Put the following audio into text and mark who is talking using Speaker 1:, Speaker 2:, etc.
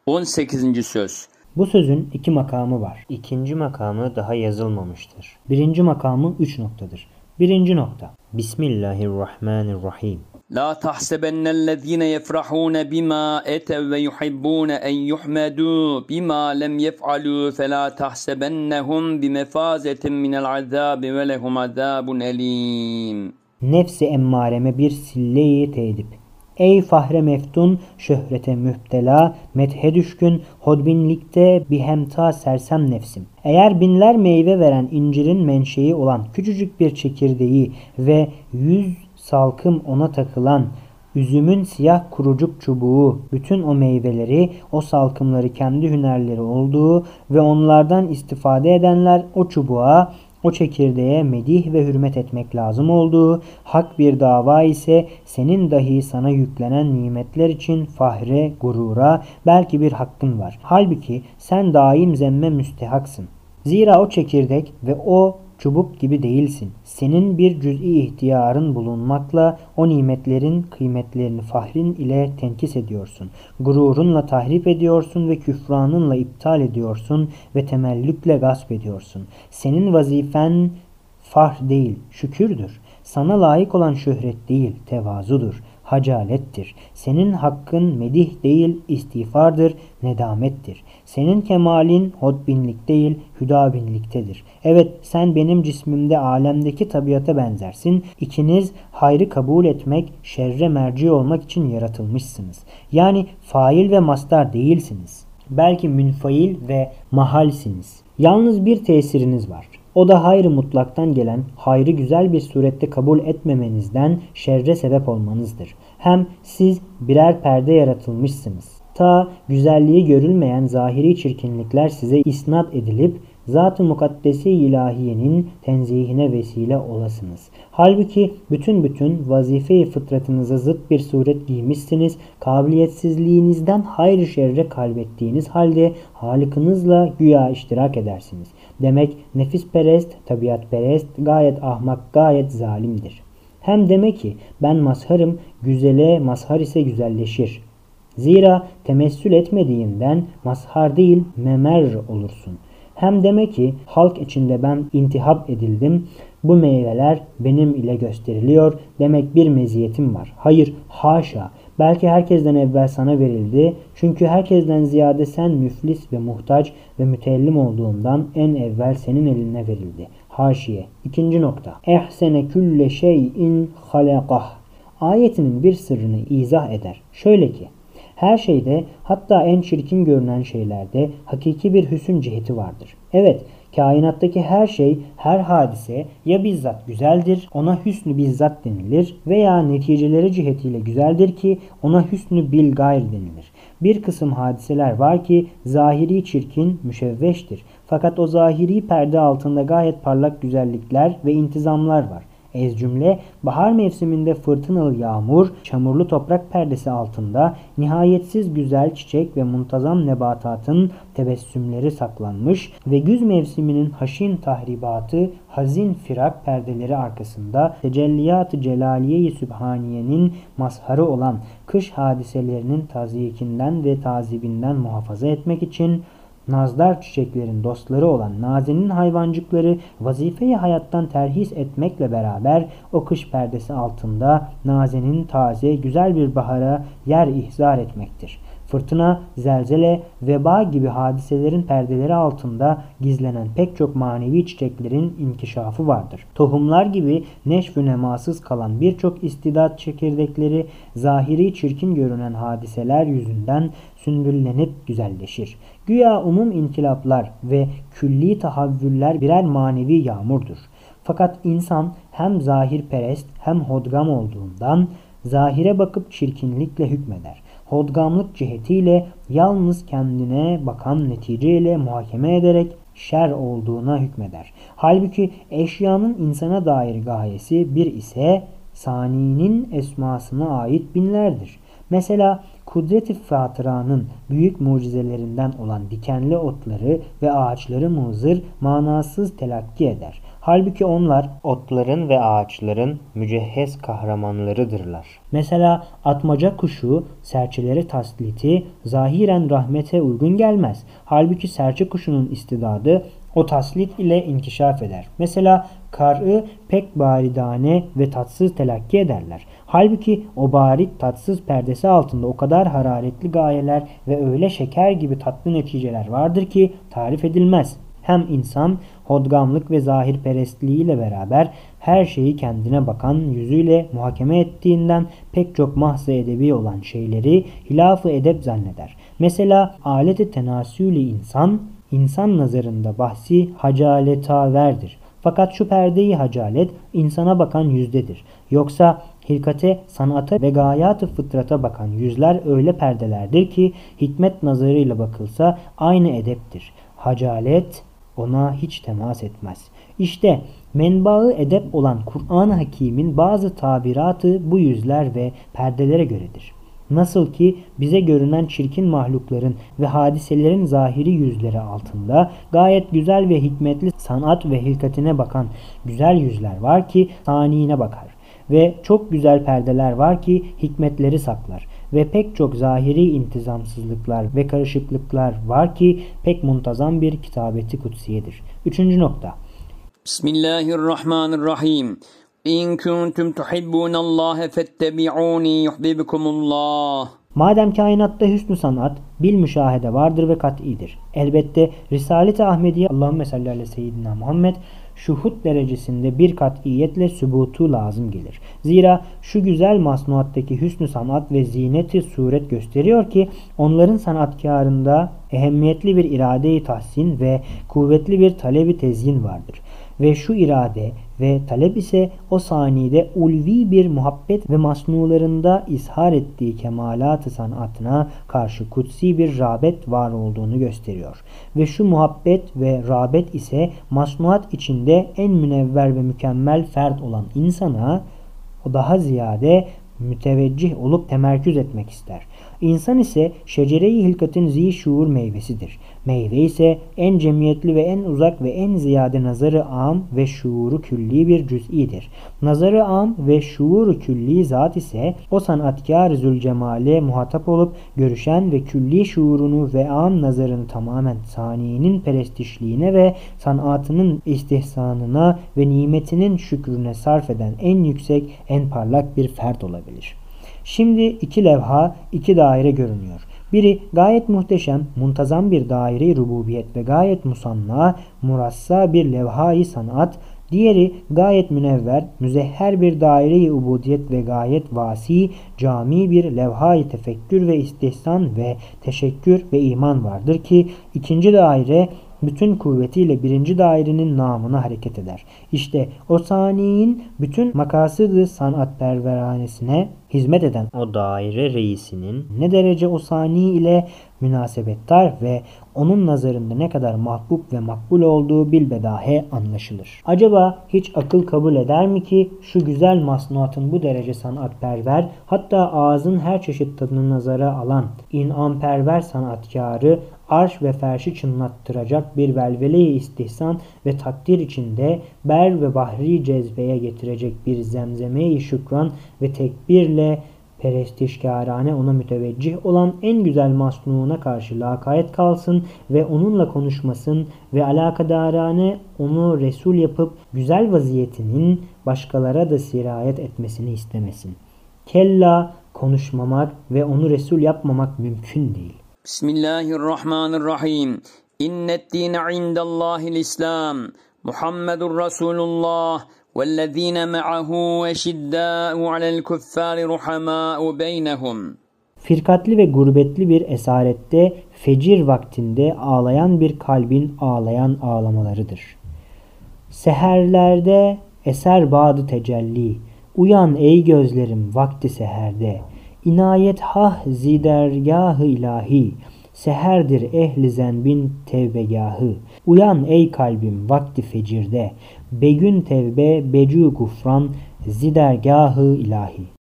Speaker 1: 18. Söz.
Speaker 2: Bu sözün 2 makamı var. İkinci makamı daha yazılmamıştır. Birinci makamı 3 noktadır. Birinci nokta. Bismillahirrahmanirrahim.
Speaker 1: La tahsebennellezine yefrahun bima etev ve yuhibbun en yuhmadu bima lem yef'alu fe la tahsebennehum bimefazetin minel azabi ve lehum azabun elim.
Speaker 2: Nefsi emmareme bir sille-i tedip. Ey fahre meftun, şöhrete müptela, methe düşkün, hodbinlikte bihemta sersem nefsim. Eğer binler meyve veren incirin menşei olan küçücük bir çekirdeği ve 100 salkım ona takılan üzümün siyah kurucuk çubuğu, bütün o meyveleri, o salkımları kendi hünerleri olduğu ve onlardan istifade edenler o çubuğa, o çekirdeğe medih ve hürmet etmek lazım olduğu, hak bir dava ise senin dahi sana yüklenen nimetler için fahre, gurura belki bir hakkın var. Halbuki sen daim zemme müstehaksın. Zira o çekirdek ve o çubuk gibi değilsin. Senin bir cüz'i ihtiyarın bulunmakla o nimetlerin kıymetlerini fahrin ile tenkis ediyorsun. Gururunla tahrip ediyorsun ve küfranınla iptal ediyorsun ve temellükle gasp ediyorsun. Senin vazifen fahr değil, şükürdür. Sana layık olan şöhret değil, tevazudur, hacalettir. Senin hakkın medih değil, istiğfardır, nedamettir. Senin kemalin hodbinlik değil, hüdabinliktedir. Evet, sen benim cismimde alemdeki tabiata benzersin. İkiniz hayrı kabul etmek, şerre merci olmak için yaratılmışsınız. Yani fail ve mastar değilsiniz. Belki münfail ve mahalsiniz. Yalnız bir tesiriniz var. O da hayrı mutlaktan gelen, hayrı güzel bir surette kabul etmemenizden şerre sebep olmanızdır. Hem siz birer perde yaratılmışsınız. Ta güzelliği görülmeyen zahiri çirkinlikler size isnat edilip Zat-ı Mukaddesi ilahiyenin tenzihine vesile olasınız. Halbuki bütün vazife-i fıtratınıza zıt bir suret giymişsiniz. Kabiliyetsizliğinizden hayır şerre kalbettiğiniz halde Halık'ınızla güya iştirak edersiniz. Demek nefisperest, tabiatperest, gayet ahmak, gayet zalimdir. Hem demek ki ben mazharım, güzele mazhar ise güzelleşir. Zira temessül etmediğinden mazhar değil memer olursun. Hem demek ki halk içinde ben intihap edildim. Bu meyveler benim ile gösteriliyor. Demek bir meziyetim var. Hayır, haşa. Belki herkesten evvel sana verildi. Çünkü herkesten ziyade sen müflis ve muhtaç ve mütellim olduğundan en evvel senin eline verildi. Haşiye. 2. nokta. Ehsene külle şeyin halakah. Ayetinin bir sırrını izah eder. Şöyle ki, her şeyde, hatta en çirkin görünen şeylerde hakiki bir hüsn ciheti vardır. Evet, kainattaki her şey, her hadise ya bizzat güzeldir, ona hüsnü bizzat denilir veya neticeleri cihetiyle güzeldir ki ona hüsnü bil gayr denilir. Bir kısım hadiseler var ki zahiri çirkin, müşevveştir. Fakat o zahiri perde altında gayet parlak güzellikler ve intizamlar var. Ez cümle, bahar mevsiminde fırtınalı yağmur, çamurlu toprak perdesi altında nihayetsiz güzel çiçek ve muntazam nebatatın tebessümleri saklanmış ve güz mevsiminin haşin tahribatı, hazin firak perdeleri arkasında tecelliyat-ı celaliye-i sübhaniyenin mazharı olan kış hadiselerinin tazyikinden ve tazibinden muhafaza etmek için nazdar çiçeklerin dostları olan nazenin hayvancıkları vazife-i hayattan terhis etmekle beraber o kış perdesi altında nazenin taze güzel bir bahara yer ihzar etmektir. Fırtına, zelzele, veba gibi hadiselerin perdeleri altında gizlenen pek çok manevi çiçeklerin inkişafı vardır. Tohumlar gibi neşv-ü nemasız kalan birçok istidat çekirdekleri zahiri çirkin görünen hadiseler yüzünden sümbüllenip güzelleşir. Güya umum inkılaplar ve külli tahavvüller birer manevi yağmurdur. Fakat insan hem zahirperest hem hodgam olduğundan zahire bakıp çirkinlikle hükmeder. Hodgamlık cihetiyle yalnız kendine bakan neticeyle muhakeme ederek şer olduğuna hükmeder. Halbuki eşyanın insana dair gayesi bir ise saninin esmasına ait binlerdir. Mesela Kudret-i fatıranın büyük mucizelerinden olan dikenli otları ve ağaçları muzır, manasız telakki eder. Halbuki onlar otların ve ağaçların mücehhez kahramanlarıdırlar. Mesela atmaca kuşu serçelere tasliti zahiren rahmete uygun gelmez. Halbuki serçe kuşunun istidadı o taslit ile inkişaf eder. Mesela kar'ı pek baridane ve tatsız telakki ederler. Halbuki o barit tatsız perdesi altında o kadar hararetli gayeler ve öyle şeker gibi tatlı neticeler vardır ki tarif edilmez. Hem insan hodgamlık ve zahirperestliğiyle beraber her şeyi kendine bakan yüzüyle muhakeme ettiğinden pek çok mahz-ı edebi olan şeyleri hilaf-ı edep zanneder. Mesela alet-i tenasülü insan nazarında bahsi hacaletaverdir. Fakat şu perdeyi hacalet insana bakan yüzdedir. Yoksa hilkate, sanata ve gayat-ı fıtrata bakan yüzler öyle perdelerdir ki hikmet nazarıyla bakılsa aynı edeptir. Hacalet ona hiç temas etmez. İşte menbaı edep olan Kur'an-ı Hakîm'in bazı tabiratı bu yüzler ve perdelere göredir. Nasıl ki bize görünen çirkin mahlukların ve hadiselerin zahiri yüzleri altında gayet güzel ve hikmetli sanat ve hilkatine bakan güzel yüzler var ki saniine bakar. Ve çok güzel perdeler var ki hikmetleri saklar. Ve pek çok zahiri intizamsızlıklar ve karışıklıklar var ki pek muntazam bir kitabeti kutsiyedir. 3. nokta.
Speaker 1: Bismillahirrahmanirrahim. İn kuntum tuhibbunallaha fettebi'uni yuhibbukumullah.
Speaker 2: Madem kainatta hüsnü sanat, bil müşahede vardır ve kat'idir. Elbette Risalet-i Ahmediye Allahümme salli ala seyyidina Muhammed şuhud derecesinde bir kat'iyetle sübutu lazım gelir. Zira şu güzel masnuattaki hüsnü sanat ve zineti suret gösteriyor ki onların sanatkarında ehemmiyetli bir irade-i tahsin ve kuvvetli bir talebi tezyin vardır. Ve şu irade ve talep ise o saniyede ulvi bir muhabbet ve masnularında izhar ettiği kemalat-ı sanatına karşı kutsi bir rağbet var olduğunu gösteriyor. Ve şu muhabbet ve rağbet ise masnuat içinde en münevver ve mükemmel fert olan insana o daha ziyade müteveccih olup temerküz etmek ister. İnsan ise şecere-i hilkatin zi-şuur meyvesidir. Meyve ise en cemiyetli ve en uzak ve en ziyade nazarı am ve şuuru külli bir cüz'idir. Nazarı am ve şuuru külli zat ise o sanatkar Zülcemal'e muhatap olup görüşen ve külli şuurunu ve am nazarını tamamen saniyenin perestişliğine ve sanatının istihsanına ve nimetinin şükrüne sarf eden en yüksek, en parlak bir fert olabilir. Şimdi iki levha, iki daire görünüyor. Biri gayet muhteşem, muntazam bir daire-i rububiyet ve gayet musanna, murassa bir levha-i sanat. Diğeri gayet münevver, müzehher bir daire-i ubudiyet ve gayet vasi, cami bir levha-i tefekkür ve istihsan ve teşekkür ve iman vardır ki ikinci daire bütün kuvvetiyle birinci dairenin namına hareket eder. İşte o saniyin bütün makasıdı sanatperveranesine hizmet eden o daire reisinin ne derece o sani ile münasebettar ve onun nazarında ne kadar mahbub ve makbul olduğu bilbedahe anlaşılır. Acaba hiç akıl kabul eder mi ki şu güzel masnuatın bu derece sanatperver, hatta ağzın her çeşit tadını nazara alan inamperver sanatkarı arş ve ferşi çınlattıracak bir velvele-i istihsan ve takdir içinde ber ve bahri cezbeye getirecek bir zemzeme-i şükran ve tekbirle perestişkârane ona müteveccih olan en güzel masnuğuna karşı lakayet kalsın ve onunla konuşmasın ve alakadarane onu Resul yapıp güzel vaziyetinin başkalara da sirayet etmesini istemesin. Kella konuşmamak ve onu Resul yapmamak mümkün değil.
Speaker 1: Bismillahirrahmanirrahim. İnneddîne indallâhil İslam. Muhammedur Resulullah. وَالَّذ۪ينَ مَعَهُ وَشِدَّاءُ عَلَى الْكُفَّارِ رُحَمَاءُ بَيْنَهُمْ.
Speaker 2: Firkatli ve gurbetli bir esarette fecir vaktinde ağlayan bir kalbin ağlayan ağlamalarıdır. Seherlerde eser badı tecelli, uyan ey gözlerim vakti seherde, inayet hah zidergâh-ı ilahi, seherdir ehli zenbin tevbegahı. Uyan ey kalbim vakti fecirde, begün tevbe becu gufran zidergahı ilahi.